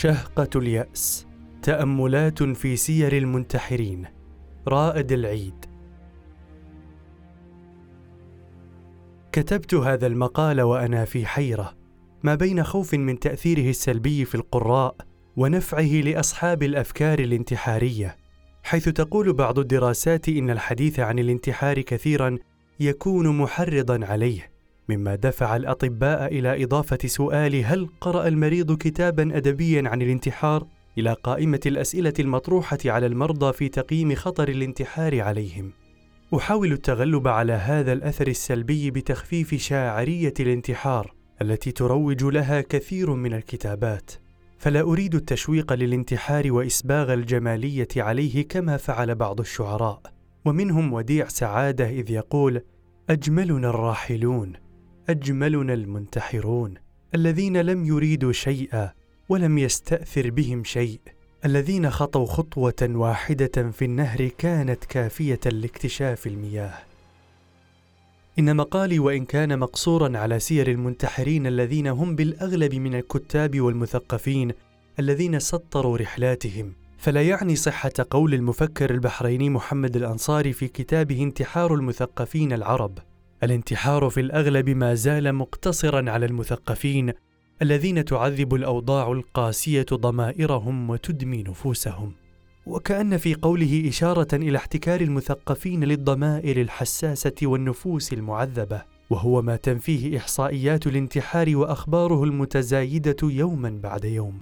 شهقة اليأس، تأملات في سير المنتحرين. رائد العيد. كتبت هذا المقال وأنا في حيرة ما بين خوف من تأثيره السلبي في القراء ونفعه لأصحاب الأفكار الانتحارية، حيث تقول بعض الدراسات إن الحديث عن الانتحار كثيرا يكون محرضا عليه، مما دفع الأطباء إلى إضافة سؤال هل قرأ المريض كتابا أدبيا عن الانتحار إلى قائمة الأسئلة المطروحة على المرضى في تقييم خطر الانتحار عليهم. أحاول التغلب على هذا الأثر السلبي بتخفيف شاعرية الانتحار التي تروج لها كثير من الكتابات، فلا أريد التشويق للانتحار وإسباغ الجمالية عليه كما فعل بعض الشعراء، ومنهم وديع سعادة إذ يقول: أجملنا الراحلون، أجملنا المنتحرون، الذين لم يريدوا شيئا ولم يستأثر بهم شيء، الذين خطوا خطوة واحدة في النهر كانت كافية لاكتشاف المياه. إن مقالي وإن كان مقصورا على سير المنتحرين الذين هم بالأغلب من الكتاب والمثقفين الذين سطروا رحلاتهم، فلا يعني صحة قول المفكر البحريني محمد الأنصاري في كتابه انتحار المثقفين العرب: الانتحار في الأغلب ما زال مقتصرا على المثقفين الذين تعذب الأوضاع القاسية ضمائرهم وتدمي نفوسهم، وكأن في قوله إشارة إلى احتكار المثقفين للضمائر الحساسة والنفوس المعذبة، وهو ما تنفيه إحصائيات الانتحار وأخباره المتزايدة يوما بعد يوم.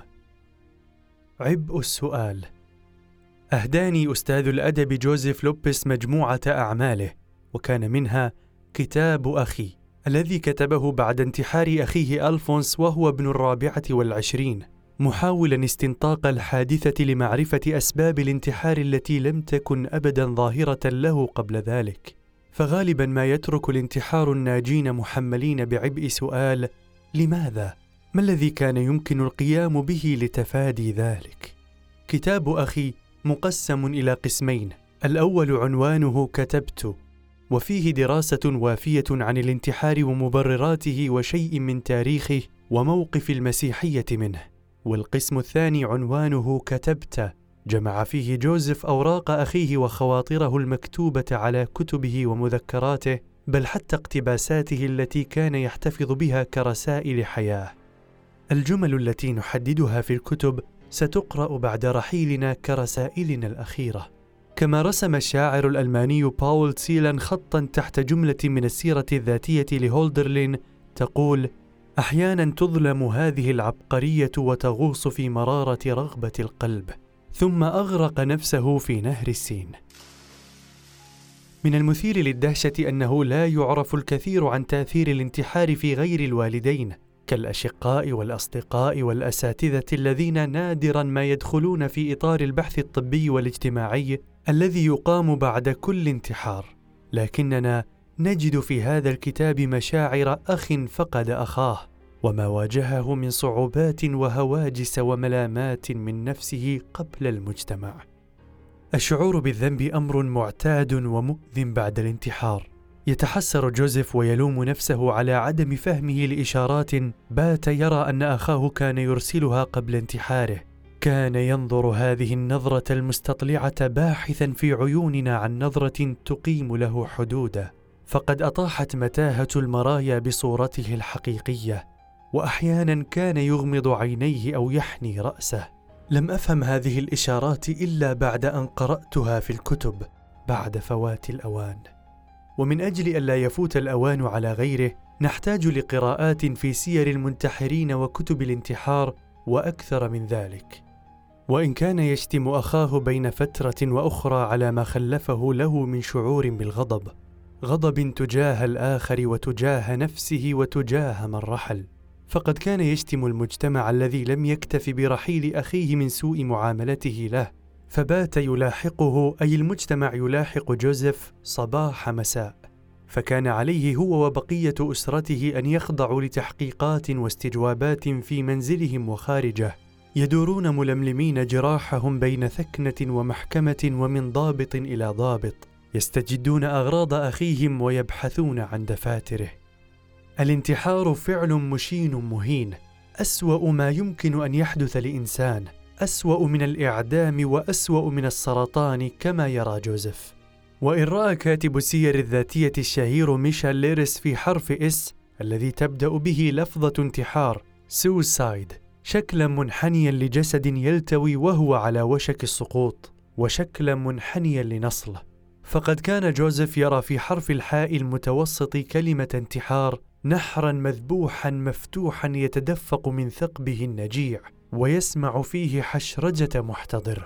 عبء السؤال. أهداني أستاذ الأدب جوزيف لوبيس مجموعة أعماله، وكان منها كتاب أخي، الذي كتبه بعد انتحار أخيه ألفونس وهو ابن 24، محاولا استنطاق الحادثة لمعرفة أسباب الانتحار التي لم تكن أبدا ظاهرة له قبل ذلك، فغالبا ما يترك الانتحار الناجين محملين بعبء سؤال: لماذا؟ ما الذي كان يمكن القيام به لتفادي ذلك؟ كتاب أخي مقسم إلى قسمين، الأول عنوانه كتبت، وفيه دراسة وافية عن الانتحار ومبرراته وشيء من تاريخه وموقف المسيحية منه، والقسم الثاني عنوانه كتبت، جمع فيه جوزيف أوراق أخيه وخواطره المكتوبة على كتبه ومذكراته، بل حتى اقتباساته التي كان يحتفظ بها كرسائل حياة. الجمل التي نحددها في الكتب ستقرأ بعد رحيلنا كرسائلنا الأخيرة. كما رسم الشاعر الألماني باول سيلان خطا تحت جملة من السيرة الذاتية لهولدرلين تقول: أحيانا تظلم هذه العبقرية وتغوص في مرارة رغبة القلب، ثم أغرق نفسه في نهر السين. من المثير للدهشة أنه لا يعرف الكثير عن تأثير الانتحار في غير الوالدين كالأشقاء والأصدقاء والأساتذة الذين نادرا ما يدخلون في إطار البحث الطبي والاجتماعي الذي يقام بعد كل انتحار، لكننا نجد في هذا الكتاب مشاعر أخ فقد أخاه، وما واجهه من صعوبات وهواجس وملامات من نفسه قبل المجتمع. الشعور بالذنب أمر معتاد ومؤذٍ بعد الانتحار. يتحسر جوزيف ويلوم نفسه على عدم فهمه لإشارات بات يرى أن أخاه كان يرسلها قبل انتحاره. كان ينظر هذه النظرة المستطلعة باحثا في عيوننا عن نظرة تقيم له حدودا، فقد أطاحت متاهة المرايا بصورته الحقيقية، وأحيانا كان يغمض عينيه أو يحني رأسه. لم أفهم هذه الإشارات إلا بعد أن قرأتها في الكتب بعد فوات الأوان. ومن أجل ألا يفوت الأوان على غيره نحتاج لقراءات في سير المنتحرين وكتب الانتحار وأكثر من ذلك. وإن كان يشتم أخاه بين فترة وأخرى على ما خلفه له من شعور بالغضب، غضب تجاه الآخر وتجاه نفسه وتجاه من رحل، فقد كان يشتم المجتمع الذي لم يكتف برحيل أخيه من سوء معاملته له، فبات يلاحقه، أي المجتمع يلاحق جوزيف صباح مساء، فكان عليه هو وبقية أسرته أن يخضعوا لتحقيقات واستجوابات في منزلهم وخارجه، يدورون ململمين جراحهم بين ثكنة ومحكمة ومن ضابط إلى ضابط، يستجدون أغراض أخيهم ويبحثون عن دفاتره. الانتحار فعل مشين مهين، أسوأ ما يمكن أن يحدث لإنسان، أسوأ من الإعدام وأسوأ من السرطان كما يرى جوزيف. وإن رأى كاتب السير الذاتية الشهير ميشيل ليرس في حرف S الذي تبدأ به لفظة انتحار suicide شكلا منحنيا لجسد يلتوي وهو على وشك السقوط، وشكلا منحنيا لنصل، فقد كان جوزيف يرى في حرف الحاء المتوسط كلمة انتحار نحرا مذبوحا مفتوحا يتدفق من ثقبه النجيع، ويسمع فيه حشرجة محتضر.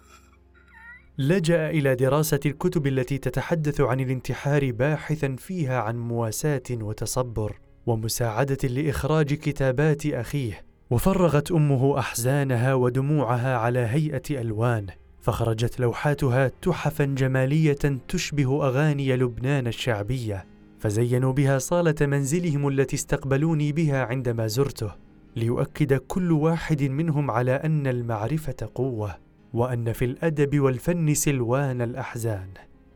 لجأ إلى دراسة الكتب التي تتحدث عن الانتحار باحثا فيها عن مواساة وتصبر ومساعدة لإخراج كتابات أخيه، وفرغت أمه أحزانها ودموعها على هيئة ألوان، فخرجت لوحاتها تحفا جمالية تشبه أغاني لبنان الشعبية، فزينوا بها صالة منزلهم التي استقبلوني بها عندما زرته، ليؤكد كل واحد منهم على أن المعرفة قوة، وأن في الأدب والفن سلوان الأحزان.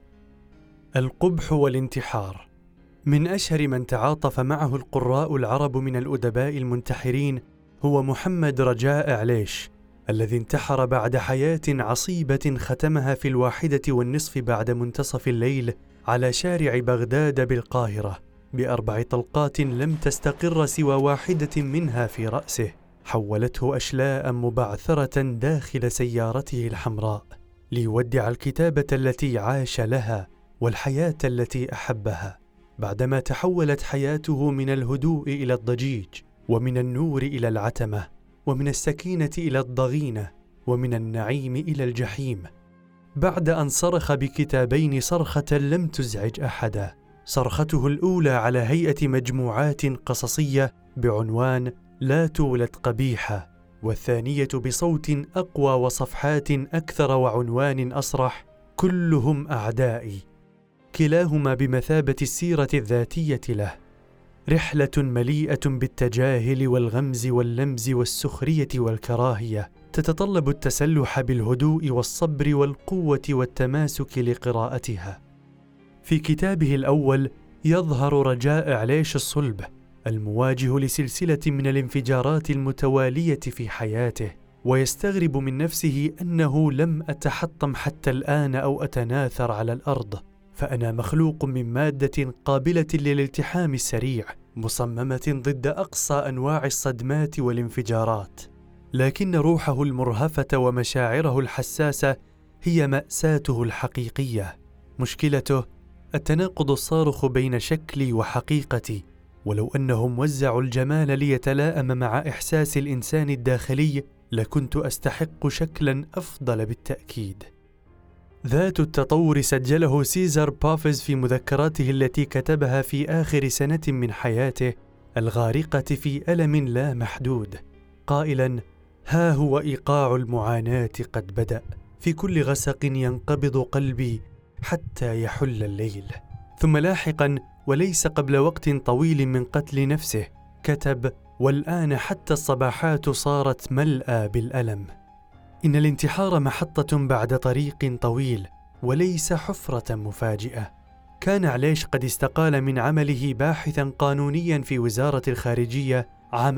القبح والانتحار. من أشهر من تعاطف معه القراء العرب من الأدباء المنتحرين هو محمد رجاء عليش، الذي انتحر بعد حياة عصيبة ختمها في 1:30 بعد منتصف الليل على شارع بغداد بالقاهرة ب4 طلقات لم تستقر سوى واحدة منها في رأسه، حولته أشلاء مبعثرة داخل سيارته الحمراء، ليودع الكتابة التي عاش لها والحياة التي أحبها، بعدما تحولت حياته من الهدوء إلى الضجيج، ومن النور إلى العتمة، ومن السكينة إلى الضغينة، ومن النعيم إلى الجحيم، بعد أن صرخ بكتابين صرخة لم تزعج أحدا. صرخته الأولى على هيئة مجموعات قصصية بعنوان لا تولد قبيحة، والثانية بصوت أقوى وصفحات أكثر وعنوان أصرح كلهم أعدائي، كلاهما بمثابة السيرة الذاتية له، رحلة مليئة بالتجاهل والغمز واللمز والسخرية والكراهية، تتطلب التسلح بالهدوء والصبر والقوة والتماسك لقراءتها. في كتابه الأول يظهر رجاء عليش الصلب المواجه لسلسلة من الانفجارات المتوالية في حياته، ويستغرب من نفسه أنه لم أتحطم حتى الآن أو أتناثر على الأرض، فأنا مخلوق من مادة قابلة للالتحام السريع، مصممة ضد أقصى أنواع الصدمات والانفجارات، لكن روحه المرهفة ومشاعره الحساسة هي مأساته الحقيقية. مشكلته التناقض الصارخ بين شكلي وحقيقتي، ولو أنهم وزعوا الجمال ليتلائم مع إحساس الإنسان الداخلي لكنت أستحق شكلا أفضل بالتأكيد. ذات التطور سجله سيزار بافز في مذكراته التي كتبها في آخر سنة من حياته الغارقة في ألم لا محدود، قائلا: ها هو إيقاع المعاناة قد بدأ، في كل غسق ينقبض قلبي حتى يحل الليل. ثم لاحقا وليس قبل وقت طويل من قتل نفسه كتب: والآن حتى الصباحات صارت ملأى بالألم. إن الانتحار محطة بعد طريق طويل وليس حفرة مفاجئة. كان عليش قد استقال من عمله باحثا قانونيا في وزارة الخارجية عام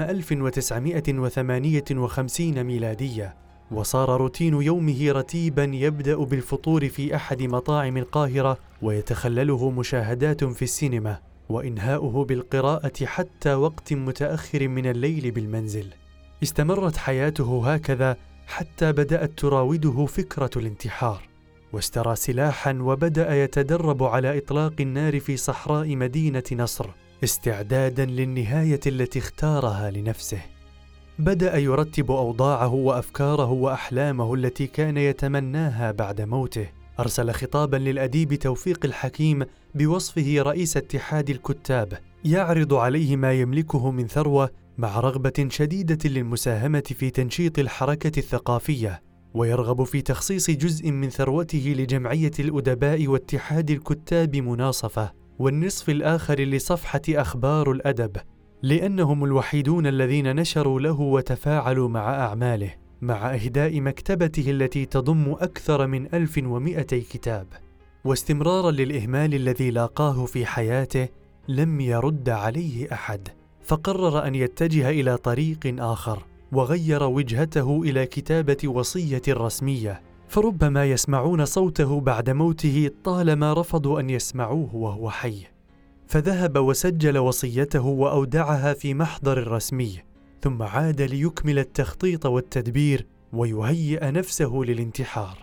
1958 ميلادية، وصار روتين يومه رتيبا يبدأ بالفطور في أحد مطاعم القاهرة، ويتخلله مشاهدات في السينما، وإنهاؤه بالقراءة حتى وقت متأخر من الليل بالمنزل. استمرت حياته هكذا حتى بدأت تراوده فكرة الانتحار، واشترى سلاحا وبدأ يتدرب على إطلاق النار في صحراء مدينة نصر استعدادا للنهاية التي اختارها لنفسه. بدأ يرتب أوضاعه وأفكاره وأحلامه التي كان يتمناها بعد موته. أرسل خطابا للأديب توفيق الحكيم بوصفه رئيس اتحاد الكتاب، يعرض عليه ما يملكه من ثروة مع رغبة شديدة للمساهمة في تنشيط الحركة الثقافية، ويرغب في تخصيص جزء من ثروته لجمعية الأدباء واتحاد الكتاب مناصفة، والنصف الآخر لصفحة أخبار الأدب، لأنهم الوحيدون الذين نشروا له وتفاعلوا مع أعماله، مع إهداء مكتبته التي تضم أكثر من 1200 كتاب. واستمرارا للإهمال الذي لاقاه في حياته لم يرد عليه أحد، فقرر أن يتجه إلى طريق آخر، وغير وجهته إلى كتابة وصية رسمية، فربما يسمعون صوته بعد موته طالما رفضوا أن يسمعوه وهو حي. فذهب وسجل وصيته وأودعها في محضر رسمي، ثم عاد ليكمل التخطيط والتدبير ويهيئ نفسه للانتحار.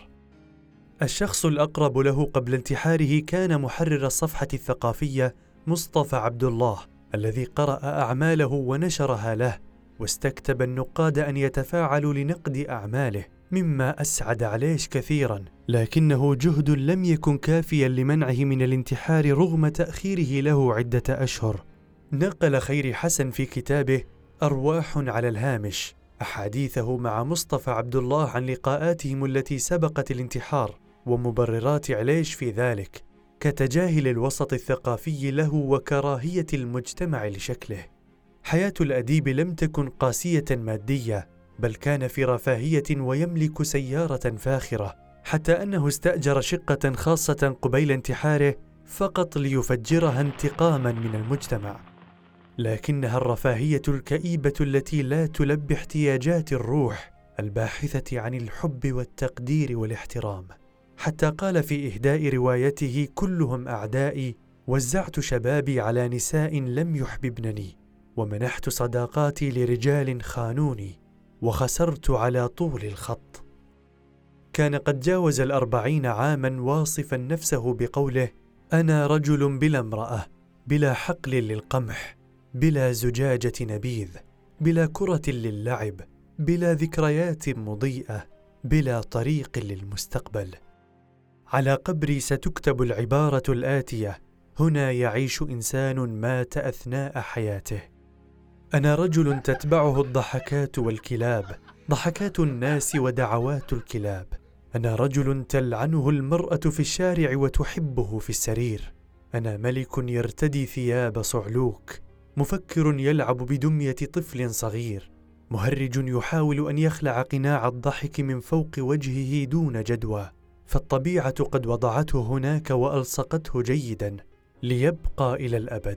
الشخص الأقرب له قبل انتحاره كان محرر الصفحة الثقافية مصطفى عبد الله، الذي قرأ أعماله ونشرها له، واستكتب النقاد أن يتفاعلوا لنقد أعماله، مما أسعد عليش كثيرا، لكنه جهد لم يكن كافيا لمنعه من الانتحار رغم تأخيره له عدة أشهر. نقل خيري حسن في كتابه أرواح على الهامش أحاديثه مع مصطفى عبد الله عن لقاءاتهم التي سبقت الانتحار ومبررات عليش في ذلك، كتجاهل الوسط الثقافي له وكراهية المجتمع لشكله. حياة الأديب لم تكن قاسية مادية، بل كان في رفاهية ويملك سيارة فاخرة، حتى أنه استأجر شقة خاصة قبيل انتحاره فقط ليفجرها انتقاما من المجتمع. لكنها الرفاهية الكئيبة التي لا تلبي احتياجات الروح الباحثة عن الحب والتقدير والاحترام، حتى قال في إهداء روايته كلهم أعدائي: وزعت شبابي على نساء لم يحببنني، ومنحت صداقاتي لرجال خانوني، وخسرت على طول الخط. كان قد جاوز 40 عاما واصفا نفسه بقوله: أنا رجل بلا امرأة، بلا حقل للقمح، بلا زجاجة نبيذ، بلا كرة للعب، بلا ذكريات مضيئة، بلا طريق للمستقبل. على قبري ستكتب العبارة الآتية: هنا يعيش إنسان مات أثناء حياته. أنا رجل تتبعه الضحكات والكلاب، ضحكات الناس ودعوات الكلاب. أنا رجل تلعنه المرأة في الشارع وتحبه في السرير. أنا ملك يرتدي ثياب صعلوك، مفكر يلعب بدمية طفل صغير، مهرج يحاول أن يخلع قناع الضحك من فوق وجهه دون جدوى، فالطبيعة قد وضعته هناك وألصقته جيدا ليبقى إلى الأبد.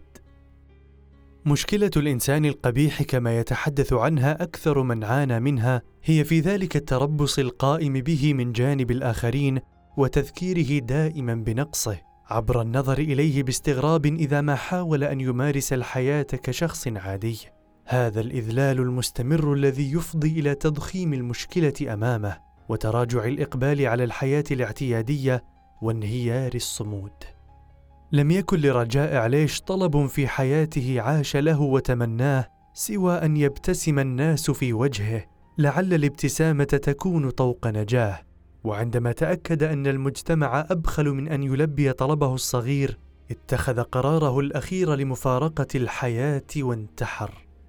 مشكلة الإنسان القبيح كما يتحدث عنها أكثر من عانى منها هي في ذلك التربص القائم به من جانب الآخرين وتذكيره دائما بنقصه، عبر النظر إليه باستغراب إذا ما حاول أن يمارس الحياة كشخص عادي. هذا الإذلال المستمر الذي يفضي إلى تضخيم المشكلة أمامه وتراجع الإقبال على الحياة الاعتيادية وانهيار الصمود. لم يكن لرجاء عليش طلب في حياته عاش له وتمناه سوى أن يبتسم الناس في وجهه، لعل الابتسامة تكون طوق نجاه. وعندما تأكد أن المجتمع أبخل من أن يلبي طلبه الصغير، اتخذ قراره الأخير لمفارقة الحياة وانتحر.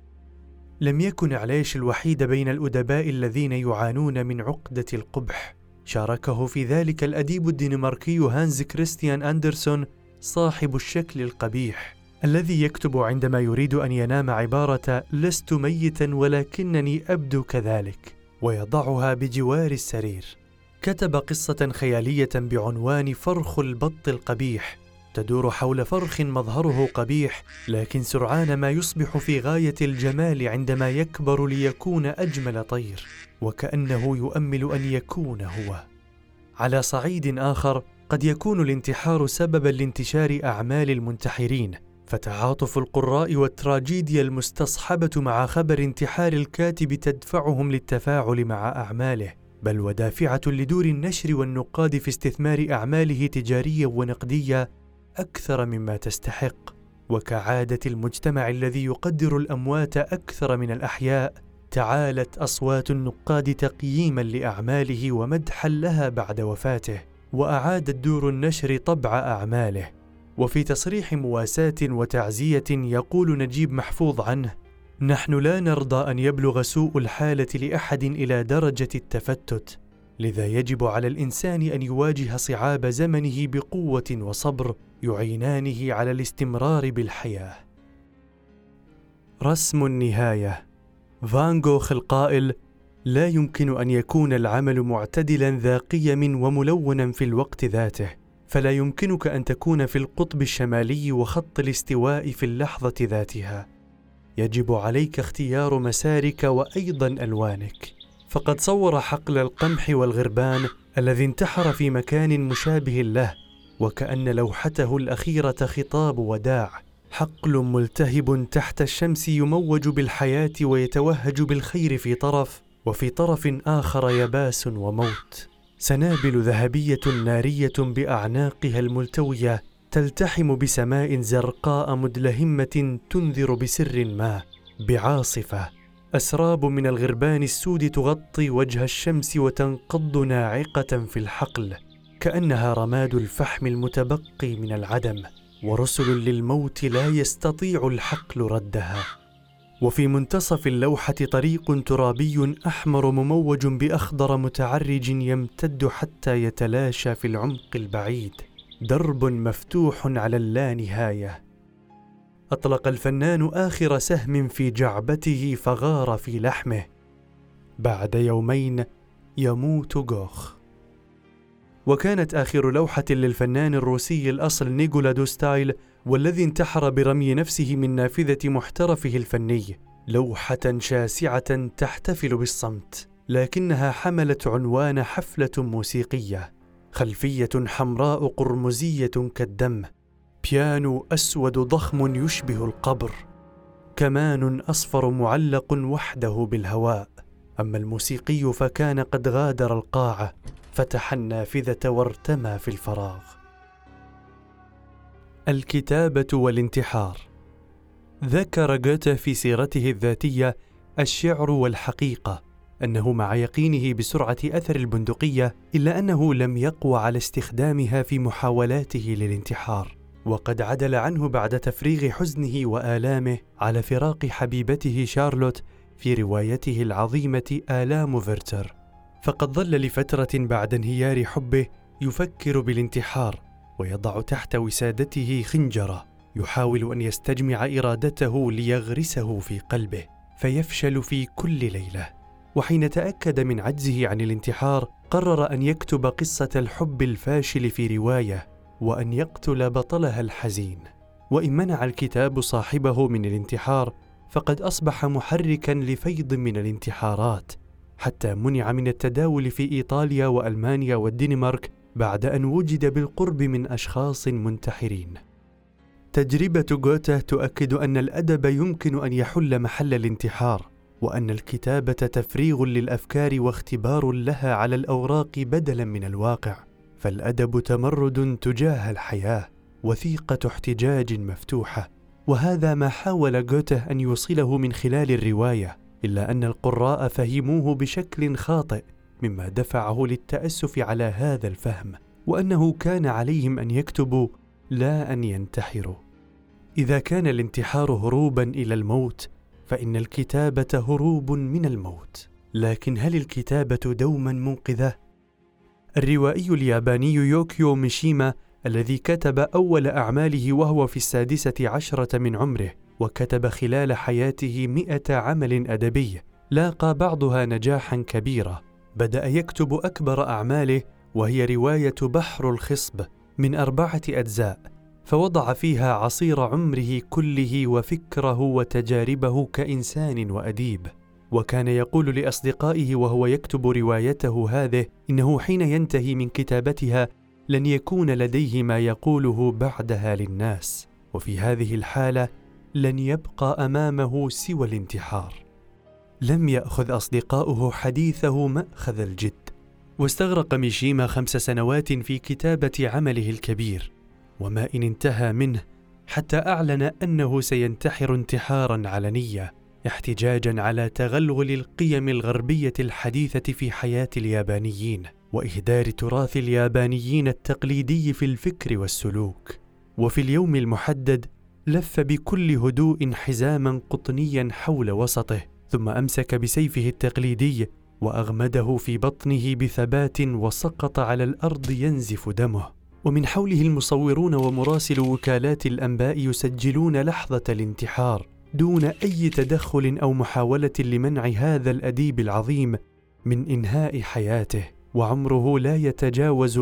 لم يكن عليش الوحيد بين الأدباء الذين يعانون من عقدة القبح، شاركه في ذلك الأديب الدنماركي هانز كريستيان أندرسون صاحب الشكل القبيح، الذي يكتب عندما يريد أن ينام عبارة لست ميتا ولكنني أبدو كذلك، ويضعها بجوار السرير. كتب قصة خيالية بعنوان فرخ البط القبيح، تدور حول فرخ مظهره قبيح لكن سرعان ما يصبح في غاية الجمال عندما يكبر ليكون أجمل طير، وكأنه يؤمل أن يكون هو. على صعيد آخر، قد يكون الانتحار سببا لانتشار أعمال المنتحرين، فتعاطف القراء والتراجيديا المستصحبة مع خبر انتحار الكاتب تدفعهم للتفاعل مع أعماله، بل ودافعة لدور النشر والنقاد في استثمار أعماله تجاريا ونقديا أكثر مما تستحق. وكعادة المجتمع الذي يقدر الأموات أكثر من الأحياء، تعالت أصوات النقاد تقييما لأعماله ومدحا لها بعد وفاته، وأعادت دور النشر طبع أعماله. وفي تصريح مواساة وتعزية يقول نجيب محفوظ عنه: نحن لا نرضى أن يبلغ سوء الحالة لأحد إلى درجة التفتت، لذا يجب على الإنسان أن يواجه صعاب زمنه بقوة وصبر يعينانه على الاستمرار بالحياة. رسم النهاية. فان جوخ القائل: لا يمكن أن يكون العمل معتدلا ذا قيم وملونا في الوقت ذاته، فلا يمكنك أن تكون في القطب الشمالي وخط الاستواء في اللحظة ذاتها. يجب عليك اختيار مسارك وأيضا ألوانك. فقد صور حقل القمح والغربان الذي انتحر في مكان مشابه له، وكأن لوحته الأخيرة خطاب وداع. حقل ملتهب تحت الشمس يموج بالحياة ويتوهج بالخير في طرف، وفي طرف آخر يباس وموت. سنابل ذهبية نارية بأعناقها الملتوية تلتحم بسماء زرقاء مدلهمة تنذر بسر ما. بعاصفة أسراب من الغربان السود تغطي وجه الشمس وتنقض ناعقة في الحقل، كأنها رماد الفحم المتبقي من العدم، ورسل للموت لا يستطيع الحقل ردها. وفي منتصف اللوحة طريق ترابي أحمر مموج بأخضر متعرج يمتد حتى يتلاشى في العمق البعيد، درب مفتوح على اللانهاية. أطلق الفنان آخر سهم في جعبته فغار في لحمه. بعد يومين يموت غوخ. وكانت آخر لوحة للفنان الروسي الأصل نيكولا دوستايل، والذي انتحر برمي نفسه من نافذة محترفه الفني، لوحة شاسعة تحتفل بالصمت، لكنها حملت عنوان حفلة موسيقية. خلفية حمراء قرمزية كالدم، بيانو أسود ضخم يشبه القبر، كمان أصفر معلق وحده بالهواء. أما الموسيقي فكان قد غادر القاعة، فتح النافذة وارتمى في الفراغ. الكتابة والانتحار. ذكر غوته في سيرته الذاتية الشعر والحقيقة أنه مع يقينه بسرعة أثر البندقية إلا أنه لم يقوى على استخدامها في محاولاته للانتحار، وقد عدل عنه بعد تفريغ حزنه وآلامه على فراق حبيبته شارلوت في روايته العظيمة آلام فيرتر. فقد ظل لفترة بعد انهيار حبه يفكر بالانتحار، ويضع تحت وسادته خنجرة يحاول أن يستجمع إرادته ليغرسه في قلبه، فيفشل في كل ليلة. وحين تأكد من عجزه عن الانتحار قرر أن يكتب قصة الحب الفاشل في رواية، وأن يقتل بطلها الحزين. وإن منع الكتاب صاحبه من الانتحار فقد أصبح محركاً لفيض من الانتحارات، حتى منع من التداول في إيطاليا وألمانيا والدنمارك بعد أن وجد بالقرب من أشخاص منتحرين. تجربة غوته تؤكد أن الأدب يمكن أن يحل محل الانتحار، وأن الكتابة تفريغ للأفكار واختبار لها على الأوراق بدلاً من الواقع. فالأدب تمرد تجاه الحياة، وثيقة احتجاج مفتوحة، وهذا ما حاول غوته أن يوصله من خلال الرواية، إلا أن القراء فهموه بشكل خاطئ، مما دفعه للتأسف على هذا الفهم، وأنه كان عليهم أن يكتبوا لا أن ينتحروا. إذا كان الانتحار هروباً إلى الموت، فإن الكتابة هروب من الموت. لكن هل الكتابة دوماً منقذة؟ الروائي الياباني يوكيو ميشيما الذي كتب أول أعماله وهو في 16 من عمره، وكتب خلال حياته 100 عمل أدبي لاقى بعضها نجاحاً كبيرا، بدأ يكتب أكبر أعماله وهي رواية بحر الخصب من 4 أجزاء، فوضع فيها عصير عمره كله وفكره وتجاربه كإنسان وأديب. وكان يقول لأصدقائه وهو يكتب روايته هذه إنه حين ينتهي من كتابتها لن يكون لديه ما يقوله بعدها للناس، وفي هذه الحالة لن يبقى أمامه سوى الانتحار. لم يأخذ أصدقاؤه حديثه مأخذ الجد، واستغرق ميشيما 5 سنوات في كتابة عمله الكبير، وما إن انتهى منه حتى أعلن أنه سينتحر انتحاراً علنيا، احتجاجاً على تغلغل القيم الغربية الحديثة في حياة اليابانيين، وإهدار تراث اليابانيين التقليدي في الفكر والسلوك. وفي اليوم المحدد لف بكل هدوء حزاماً قطنياً حول وسطه، ثم أمسك بسيفه التقليدي وأغمده في بطنه بثبات، وسقط على الأرض ينزف دمه. ومن حوله المصورون ومراسل وكالات الأنباء يسجلون لحظة الانتحار دون أي تدخل أو محاولة لمنع هذا الأديب العظيم من إنهاء حياته، وعمره لا يتجاوز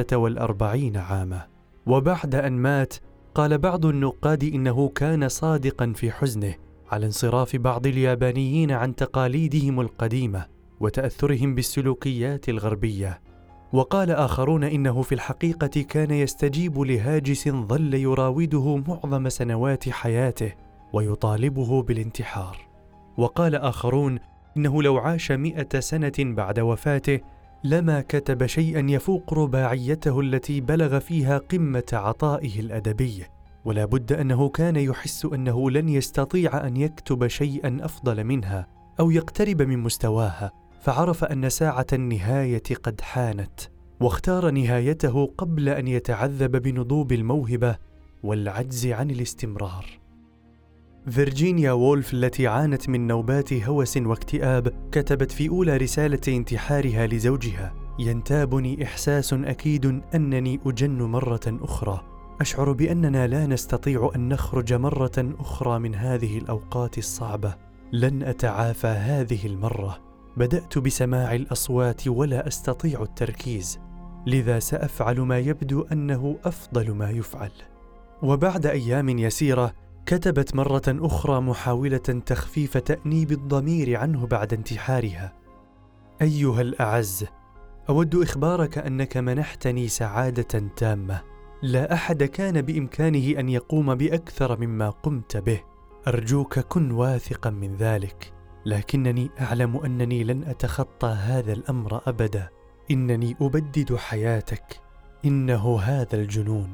45 عاما. وبعد أن مات قال بعض النقاد إنه كان صادقا في حزنه، على انصراف بعض اليابانيين عن تقاليدهم القديمة وتأثرهم بالسلوكيات الغربية. وقال آخرون إنه في الحقيقة كان يستجيب لهاجس ظل يراوده معظم سنوات حياته ويطالبه بالانتحار. وقال آخرون إنه لو عاش 100 سنة بعد وفاته لما كتب شيئا يفوق رباعيته التي بلغ فيها قمة عطائه الأدبي، ولا بد أنه كان يحس أنه لن يستطيع أن يكتب شيئا أفضل منها أو يقترب من مستواها، فعرف أن ساعة النهاية قد حانت، واختار نهايته قبل أن يتعذب بنضوب الموهبة والعجز عن الاستمرار. فيرجينيا وولف التي عانت من نوبات هوس واكتئاب كتبت في أولى رسالة انتحارها لزوجها: ينتابني إحساس أكيد أنني أجن مرة أخرى، أشعر بأننا لا نستطيع أن نخرج مرة أخرى من هذه الأوقات الصعبة، لن أتعافى هذه المرة، بدأت بسماع الأصوات ولا أستطيع التركيز، لذا سأفعل ما يبدو أنه أفضل ما يفعل. وبعد أيام يسيرة كتبت مرة أخرى محاولة تخفيف تأنيب الضمير عنه بعد انتحارها: أيها الأعز، أود إخبارك أنك منحتني سعادة تامة، لا أحد كان بإمكانه أن يقوم بأكثر مما قمت به، أرجوك كن واثقا من ذلك، لكنني أعلم أنني لن أتخطى هذا الأمر أبدا، إنني أبدد حياتك، إنه هذا الجنون.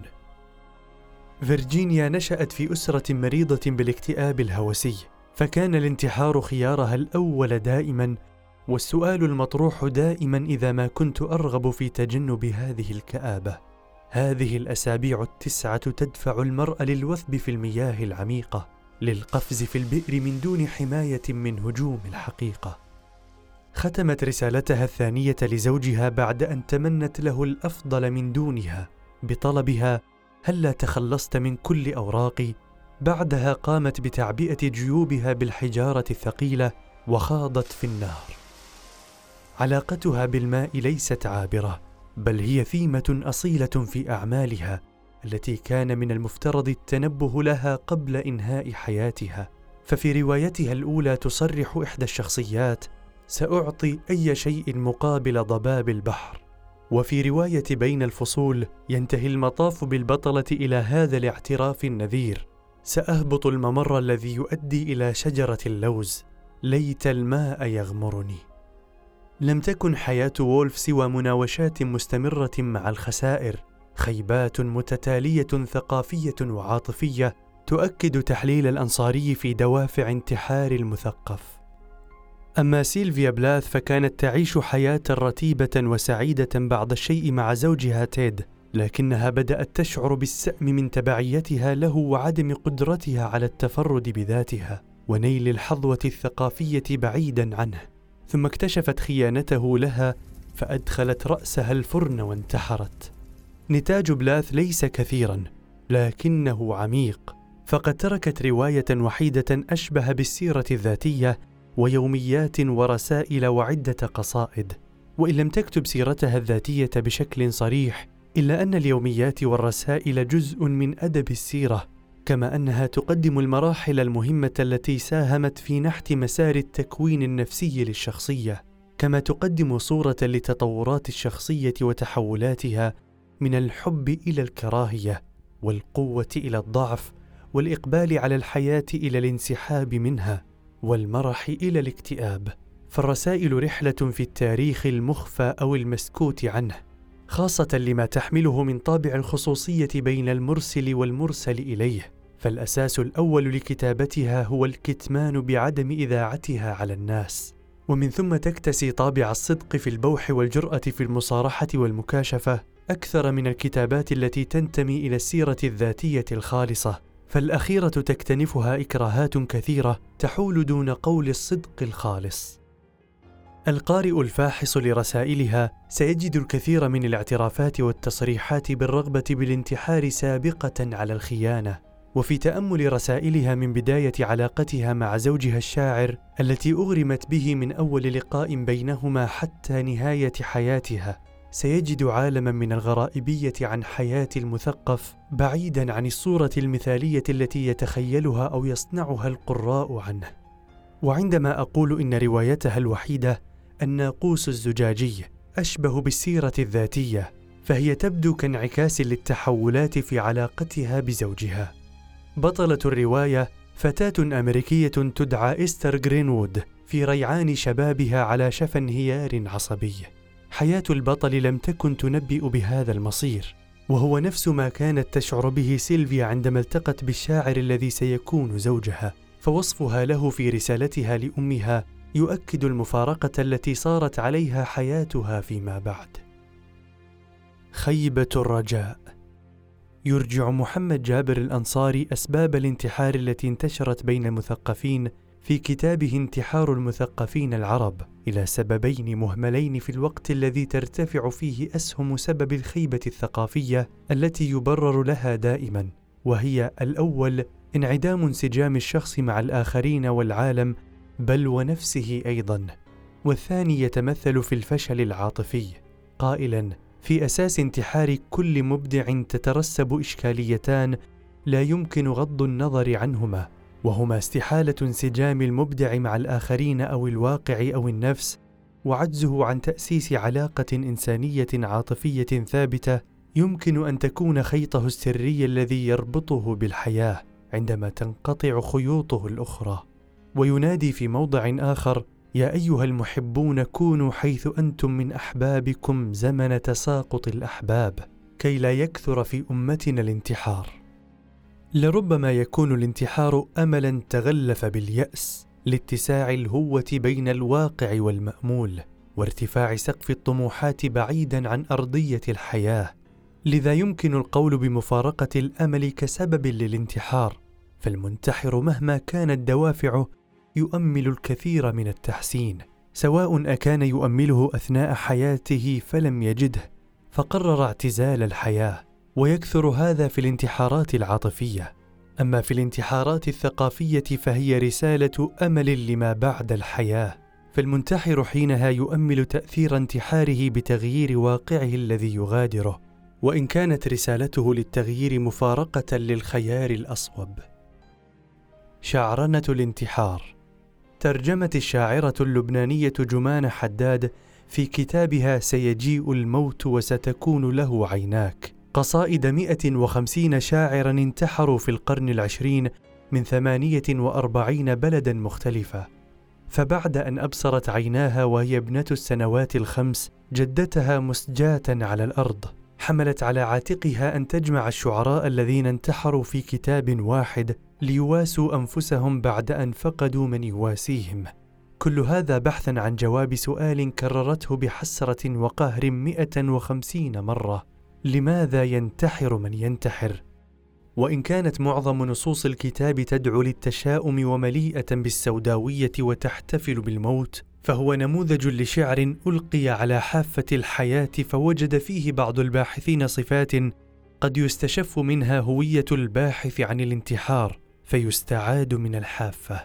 فيرجينيا نشأت في أسرة مريضة بالاكتئاب الهوسي، فكان الانتحار خيارها الأول دائما، والسؤال المطروح دائما إذا ما كنت أرغب في تجنب هذه الكآبة. هذه الأسابيع 9 تدفع المرء للوثب في المياه العميقة، للقفز في البئر من دون حماية من هجوم الحقيقة. ختمت رسالتها الثانية لزوجها بعد أن تمنت له الأفضل من دونها بطلبها: هلا تخلصت من كل أوراقي؟ بعدها قامت بتعبئة جيوبها بالحجارة الثقيلة وخاضت في النهر. علاقتها بالماء ليست عابرة، بل هي ثيمة أصيلة في أعمالها التي كان من المفترض التنبه لها قبل إنهاء حياتها. ففي روايتها الأولى تصرح إحدى الشخصيات: سأعطي أي شيء مقابل ضباب البحر. وفي رواية بين الفصول ينتهي المطاف بالبطلة إلى هذا الاعتراف النذير: سأهبط الممر الذي يؤدي إلى شجرة اللوز، ليت الماء يغمرني. لم تكن حياة وولف سوى مناوشات مستمرة مع الخسائر، خيبات متتالية ثقافية وعاطفية تؤكد تحليل الأنصاري في دوافع انتحار المثقف. أما سيلفيا بلاث فكانت تعيش حياة رتيبة وسعيدة بعض الشيء مع زوجها تيد، لكنها بدأت تشعر بالسأم من تبعيتها له وعدم قدرتها على التفرد بذاتها ونيل الحظوة الثقافية بعيدا عنه. ثم اكتشفت خيانته لها فأدخلت رأسها الفرن وانتحرت. نتاج بلاث ليس كثيرا لكنه عميق، فقد تركت رواية وحيدة أشبه بالسيرة الذاتية ويوميات ورسائل وعدة قصائد. وإن لم تكتب سيرتها الذاتية بشكل صريح، إلا أن اليوميات والرسائل جزء من أدب السيرة، كما أنها تقدم المراحل المهمة التي ساهمت في نحت مسار التكوين النفسي للشخصية، كما تقدم صورة لتطورات الشخصية وتحولاتها من الحب إلى الكراهية، والقوة إلى الضعف، والإقبال على الحياة إلى الانسحاب منها، والمرح إلى الاكتئاب. فالرسائل رحلة في التاريخ المخفى أو المسكوت عنه، خاصة لما تحمله من طابع الخصوصية بين المرسل والمرسل إليه. فالأساس الأول لكتابتها هو الكتمان بعدم إذاعتها على الناس، ومن ثم تكتسي طابع الصدق في البوح والجرأة في المصارحة والمكاشفة أكثر من الكتابات التي تنتمي إلى السيرة الذاتية الخالصة، فالأخيرة تكتنفها إكراهات كثيرة تحول دون قول الصدق الخالص. القارئ الفاحص لرسائلها سيجد الكثير من الاعترافات والتصريحات بالرغبة بالانتحار سابقة على الخيانة. وفي تأمل رسائلها من بداية علاقتها مع زوجها الشاعر التي أغرمت به من أول لقاء بينهما حتى نهاية حياتها، سيجد عالما من الغرائبية عن حياة المثقف بعيدا عن الصورة المثالية التي يتخيلها أو يصنعها القراء عنه. وعندما أقول إن روايتها الوحيدة الناقوس الزجاجي أشبه بالسيرة الذاتية، فهي تبدو كانعكاس للتحولات في علاقتها بزوجها. بطلة الرواية فتاة أمريكية تدعى إستر جرينوود في ريعان شبابها على شفا انهيار عصبي. حياة البطل لم تكن تنبئ بهذا المصير، وهو نفس ما كانت تشعر به سيلفيا عندما التقت بالشاعر الذي سيكون زوجها، فوصفها له في رسالتها لأمها يؤكد المفارقة التي صارت عليها حياتها فيما بعد. خيبة الرجاء. يرجع محمد جابر الأنصاري أسباب الانتحار التي انتشرت بين المثقفين في كتابه انتحار المثقفين العرب إلى سببين مهملين في الوقت الذي ترتفع فيه أسهم سبب الخيبة الثقافية التي يبرر لها دائما، وهي الأول انعدام انسجام الشخص مع الآخرين والعالم بل ونفسه أيضا، والثاني يتمثل في الفشل العاطفي، قائلا: في أساس انتحار كل مبدع تترسب إشكاليتان لا يمكن غض النظر عنهما، وهما استحالة انسجام المبدع مع الآخرين أو الواقع أو النفس، وعجزه عن تأسيس علاقة إنسانية عاطفية ثابتة يمكن أن تكون خيطه السري الذي يربطه بالحياة عندما تنقطع خيوطه الأخرى. وينادي في موضع آخر: يا أيها المحبون كونوا حيث أنتم من أحبابكم زمن تساقط الأحباب كي لا يكثر في أمتنا الانتحار. لربما يكون الانتحار أملاً تغلف باليأس لاتساع الهوة بين الواقع والمأمول وارتفاع سقف الطموحات بعيداً عن أرضية الحياة، لذا يمكن القول بمفارقة الأمل كسبب للانتحار، فالمنتحر مهما كانت دوافعه يؤمل الكثير من التحسين، سواء أكان يؤمله أثناء حياته فلم يجده فقرر اعتزال الحياة، ويكثر هذا في الانتحارات العاطفية. أما في الانتحارات الثقافية فهي رسالة أمل لما بعد الحياة، فالمنتحر حينها يؤمل تأثير انتحاره بتغيير واقعه الذي يغادره، وإن كانت رسالته للتغيير مفارقة للخيار الأصوب. شعرنة الانتحار. ترجمت الشاعرة اللبنانية جمانة حداد في كتابها سيجيء الموت وستكون له عيناك قصائد 150 شاعرا انتحروا في القرن العشرين من 48 بلدا مختلفة. فبعد أن أبصرت عيناها وهي ابنة السنوات 5 جدتها مسجاة على الأرض، حملت على عاتقها أن تجمع الشعراء الذين انتحروا في كتاب واحد ليواسوا أنفسهم بعد أن فقدوا من يواسيهم. كل هذا بحثا عن جواب سؤال كررته بحسرة وقهر 150 مرة: لماذا ينتحر من ينتحر؟ وإن كانت معظم نصوص الكتاب تدعو للتشاؤم ومليئة بالسوداوية وتحتفل بالموت، فهو نموذج لشعر ألقي على حافة الحياة فوجد فيه بعض الباحثين صفات قد يستشف منها هوية الباحث عن الانتحار فيستعاد من الحافة.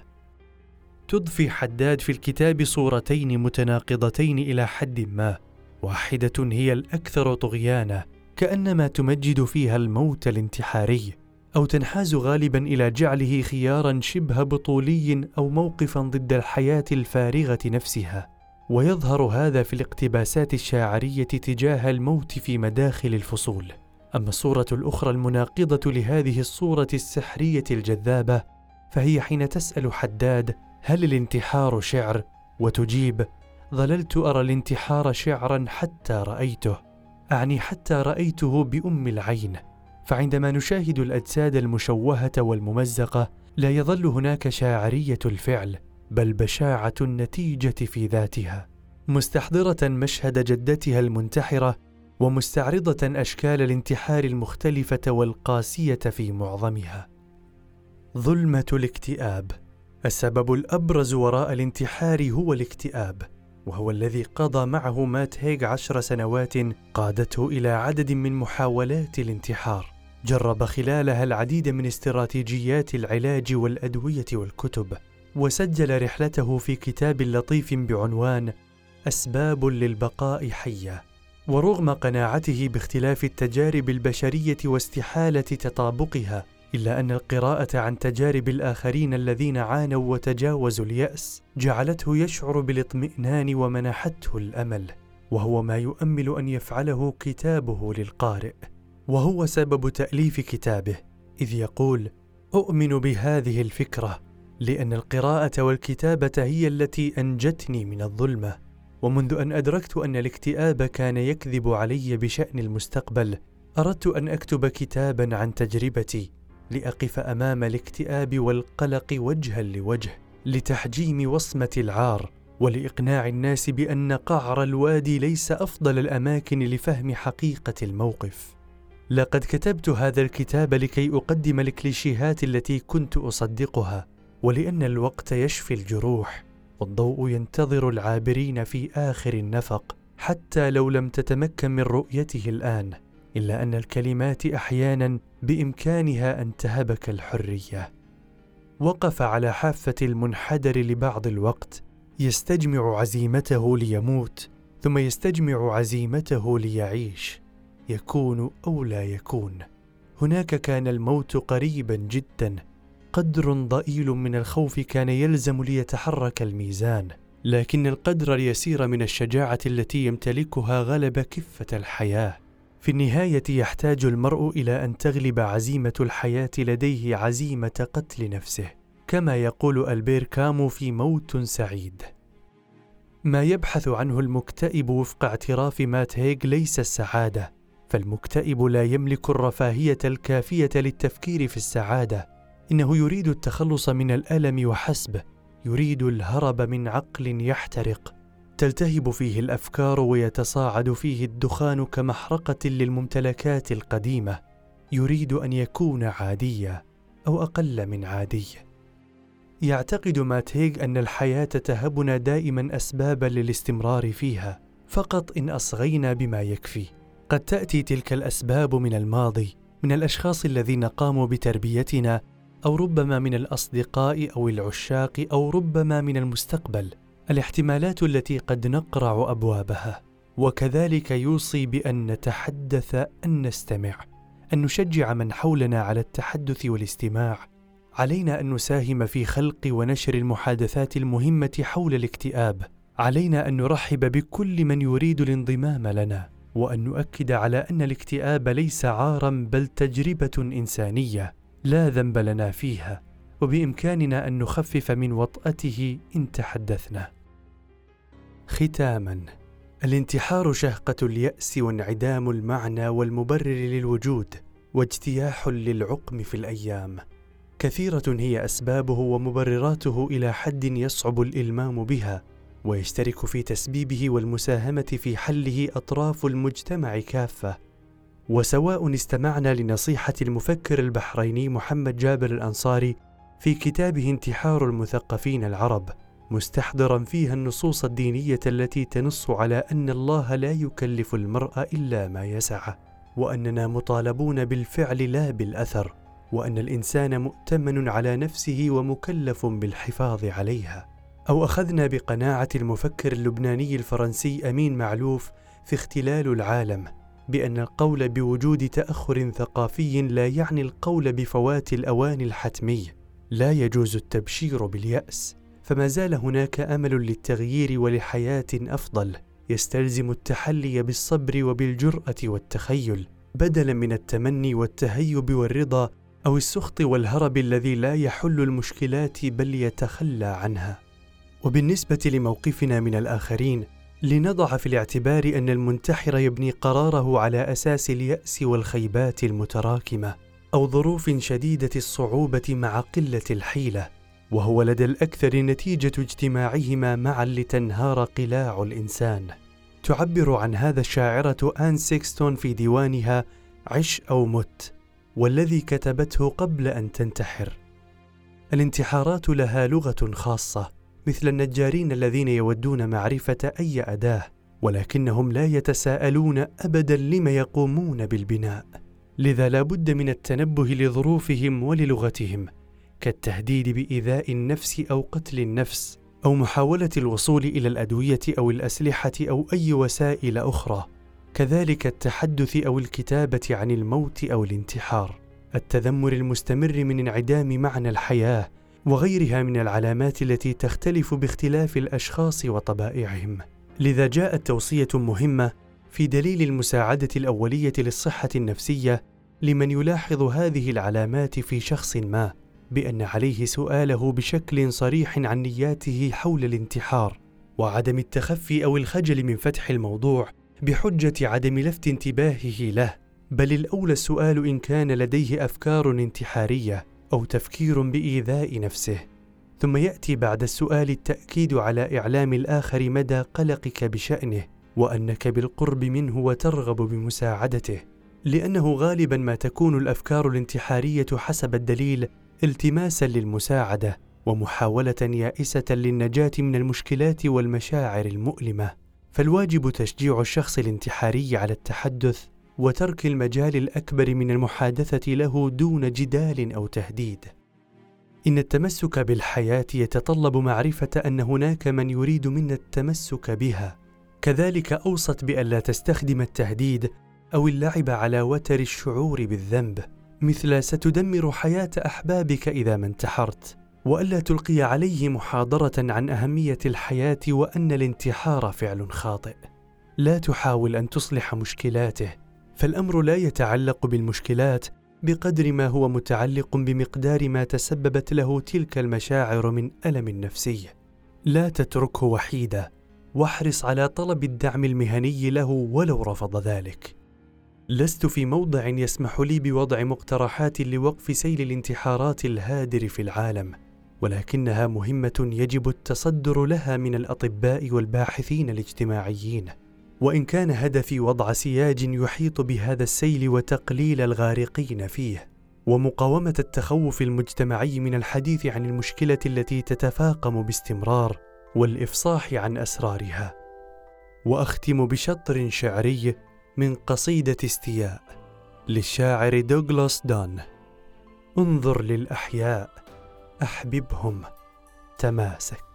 تضفي حداد في الكتاب صورتين متناقضتين إلى حد ما، واحدة هي الأكثر طغيانا كأنما تمجد فيها الموت الانتحاري، أو تنحاز غالبا إلى جعله خيارا شبه بطولي أو موقفا ضد الحياة الفارغة نفسها، ويظهر هذا في الاقتباسات الشاعرية تجاه الموت في مداخل الفصول. أما الصورة الأخرى المناقضة لهذه الصورة السحرية الجذابة فهي حين تسأل حداد: هل الانتحار شعر؟ وتجيب: ظللت أرى الانتحار شعرا حتى رأيته، أعني حتى رأيته بأم العين. فعندما نشاهد الأجساد المشوهة والممزقة لا يظل هناك شاعرية الفعل بل بشاعة النتيجة في ذاتها، مستحضرة مشهد جدتها المنتحرة ومستعرضة أشكال الانتحار المختلفة والقاسية في معظمها. ظلمة الاكتئاب. السبب الأبرز وراء الانتحار هو الاكتئاب، وهو الذي قضى معه مات هيغ 10 سنوات قادته إلى عدد من محاولات الانتحار، جرب خلالها العديد من استراتيجيات العلاج والأدوية والكتب، وسجل رحلته في كتاب لطيف بعنوان أسباب للبقاء حية. ورغم قناعته باختلاف التجارب البشرية واستحالة تطابقها، إلا أن القراءة عن تجارب الآخرين الذين عانوا وتجاوزوا اليأس جعلته يشعر بالاطمئنان ومنحته الأمل، وهو ما يؤمل أن يفعله كتابه للقارئ، وهو سبب تأليف كتابه، إذ يقول: أؤمن بهذه الفكرة لأن القراءة والكتابة هي التي أنجتني من الظلمة، ومنذ أن أدركت أن الاكتئاب كان يكذب علي بشأن المستقبل، أردت أن أكتب كتابا عن تجربتي لأقف أمام الاكتئاب والقلق وجها لوجه، لتحجيم وصمة العار، ولإقناع الناس بأن قعر الوادي ليس أفضل الأماكن لفهم حقيقة الموقف. لقد كتبت هذا الكتاب لكي أقدم الكليشيهات التي كنت أصدقها، ولأن الوقت يشفي الجروح، والضوء ينتظر العابرين في آخر النفق، حتى لو لم تتمكن من رؤيته الآن، إلا أن الكلمات أحيانا بإمكانها أن تهبك الحرية. وقف على حافة المنحدر لبعض الوقت، يستجمع عزيمته ليموت، ثم يستجمع عزيمته ليعيش، يكون أو لا يكون. هناك كان الموت قريبا جدا، قدر ضئيل من الخوف كان يلزم ليتحرك الميزان، لكن القدر اليسير من الشجاعة التي يمتلكها غلب كفة الحياة. في النهاية يحتاج المرء إلى أن تغلب عزيمة الحياة لديه عزيمة قتل نفسه، كما يقول ألبير كامو في موت سعيد. ما يبحث عنه المكتئب وفق اعتراف مات هيغ ليس السعادة، فالمكتئب لا يملك الرفاهية الكافية للتفكير في السعادة، إنه يريد التخلص من الألم وحسب، يريد الهرب من عقل يحترق، تلتهب فيه الأفكار ويتصاعد فيه الدخان كمحرقة للممتلكات القديمة، يريد أن يكون عاديا أو أقل من عادي. يعتقد مات هيغ أن الحياة تهبنا دائما أسبابا للاستمرار فيها، فقط إن أصغينا بما يكفي. قد تأتي تلك الأسباب من الماضي، من الأشخاص الذين قاموا بتربيتنا، أو ربما من الأصدقاء أو العشاق، أو ربما من المستقبل، الاحتمالات التي قد نقرع أبوابها. وكذلك يوصي بأن نتحدث، أن نستمع، أن نشجع من حولنا على التحدث والاستماع. علينا أن نساهم في خلق ونشر المحادثات المهمة حول الاكتئاب، علينا أن نرحب بكل من يريد الانضمام لنا، وأن نؤكد على أن الاكتئاب ليس عارا بل تجربة إنسانية لا ذنب لنا فيها، وبإمكاننا أن نخفف من وطأته إن تحدثنا. ختاما، الانتحار شهقة اليأس وانعدام المعنى والمبرر للوجود، واجتياح للعقم في الأيام. كثيرة هي أسبابه ومبرراته إلى حد يصعب الإلمام بها، ويشترك في تسبيبه والمساهمة في حله أطراف المجتمع كافة. وسواء استمعنا لنصيحة المفكر البحريني محمد جابر الأنصاري في كتابه انتحار المثقفين العرب، مستحضرا فيها النصوص الدينية التي تنص على أن الله لا يكلف المرء إلا ما يسعه، وأننا مطالبون بالفعل لا بالأثر، وأن الإنسان مؤتمن على نفسه ومكلف بالحفاظ عليها. أو أخذنا بقناعة المفكر اللبناني الفرنسي أمين معلوف في اختلال العالم بأن القول بوجود تأخر ثقافي لا يعني القول بفوات الأوان الحتمي. لا يجوز التبشير باليأس، فما زال هناك أمل للتغيير ولحياة أفضل، يستلزم التحلي بالصبر وبالجرأة والتخيل، بدلا من التمني والتهيب والرضا أو السخط والهرب الذي لا يحل المشكلات بل يتخلى عنها. وبالنسبة لموقفنا من الآخرين، لنضع في الاعتبار أن المنتحر يبني قراره على أساس اليأس والخيبات المتراكمة، أو ظروف شديدة الصعوبة مع قلة الحيلة، وهو لدى الأكثر نتيجة اجتماعهما معا لتنهار قلاع الإنسان. تعبر عن هذا الشاعرة آن سيكستون في ديوانها عش أو مت، والذي كتبته قبل أن تنتحر. الانتحارات لها لغة خاصة، مثل النجارين الذين يودون معرفة أي أداة، ولكنهم لا يتساءلون أبدا لما يقومون بالبناء. لذا لا بد من التنبه لظروفهم وللغتهم، كالتهديد بإيذاء النفس أو قتل النفس، أو محاولة الوصول إلى الأدوية أو الأسلحة أو أي وسائل أخرى. كذلك التحدث أو الكتابة عن الموت أو الانتحار، التذمر المستمر من انعدام معنى الحياة، وغيرها من العلامات التي تختلف باختلاف الأشخاص وطبائعهم. لذا جاءت توصية مهمة في دليل المساعدة الأولية للصحة النفسية لمن يلاحظ هذه العلامات في شخص ما، بأن عليه سؤاله بشكل صريح عن نياته حول الانتحار، وعدم التخفي أو الخجل من فتح الموضوع بحجة عدم لفت انتباهه له، بل الأولى السؤال إن كان لديه أفكار انتحارية أو تفكير بإيذاء نفسه. ثم يأتي بعد السؤال التأكيد على إعلام الآخر مدى قلقك بشأنه، وأنك بالقرب منه وترغب بمساعدته، لأنه غالبا ما تكون الأفكار الانتحارية حسب الدليل التماسا للمساعدة ومحاولة يائسة للنجاة من المشكلات والمشاعر المؤلمة. فالواجب تشجيع الشخص الانتحاري على التحدث وترك المجال الأكبر من المحادثة له دون جدال أو تهديد. إن التمسك بالحياة يتطلب معرفة أن هناك من يريد منا التمسك بها. كذلك أوصت بأن لا تستخدم التهديد أو اللعب على وتر الشعور بالذنب، مثل ستدمر حياة أحبابك إذا ما انتحرت، وألا تلقي عليه محاضرة عن أهمية الحياة وأن الانتحار فعل خاطئ. لا تحاول أن تصلح مشكلاته، فالأمر لا يتعلق بالمشكلات بقدر ما هو متعلق بمقدار ما تسببت له تلك المشاعر من ألم نفسي. لا تتركه وحيدا، واحرص على طلب الدعم المهني له ولو رفض ذلك. لست في موضع يسمح لي بوضع مقترحات لوقف سيل الانتحارات الهادر في العالم، ولكنها مهمة يجب التصدر لها من الأطباء والباحثين الاجتماعيين. وإن كان هدفي وضع سياج يحيط بهذا السيل وتقليل الغارقين فيه، ومقاومة التخوف المجتمعي من الحديث عن المشكلة التي تتفاقم باستمرار والإفصاح عن أسرارها. وأختم بشطر شعري من قصيدة استياء للشاعر دوغلاس دان: انظر للأحياء، أحببهم، تماسك.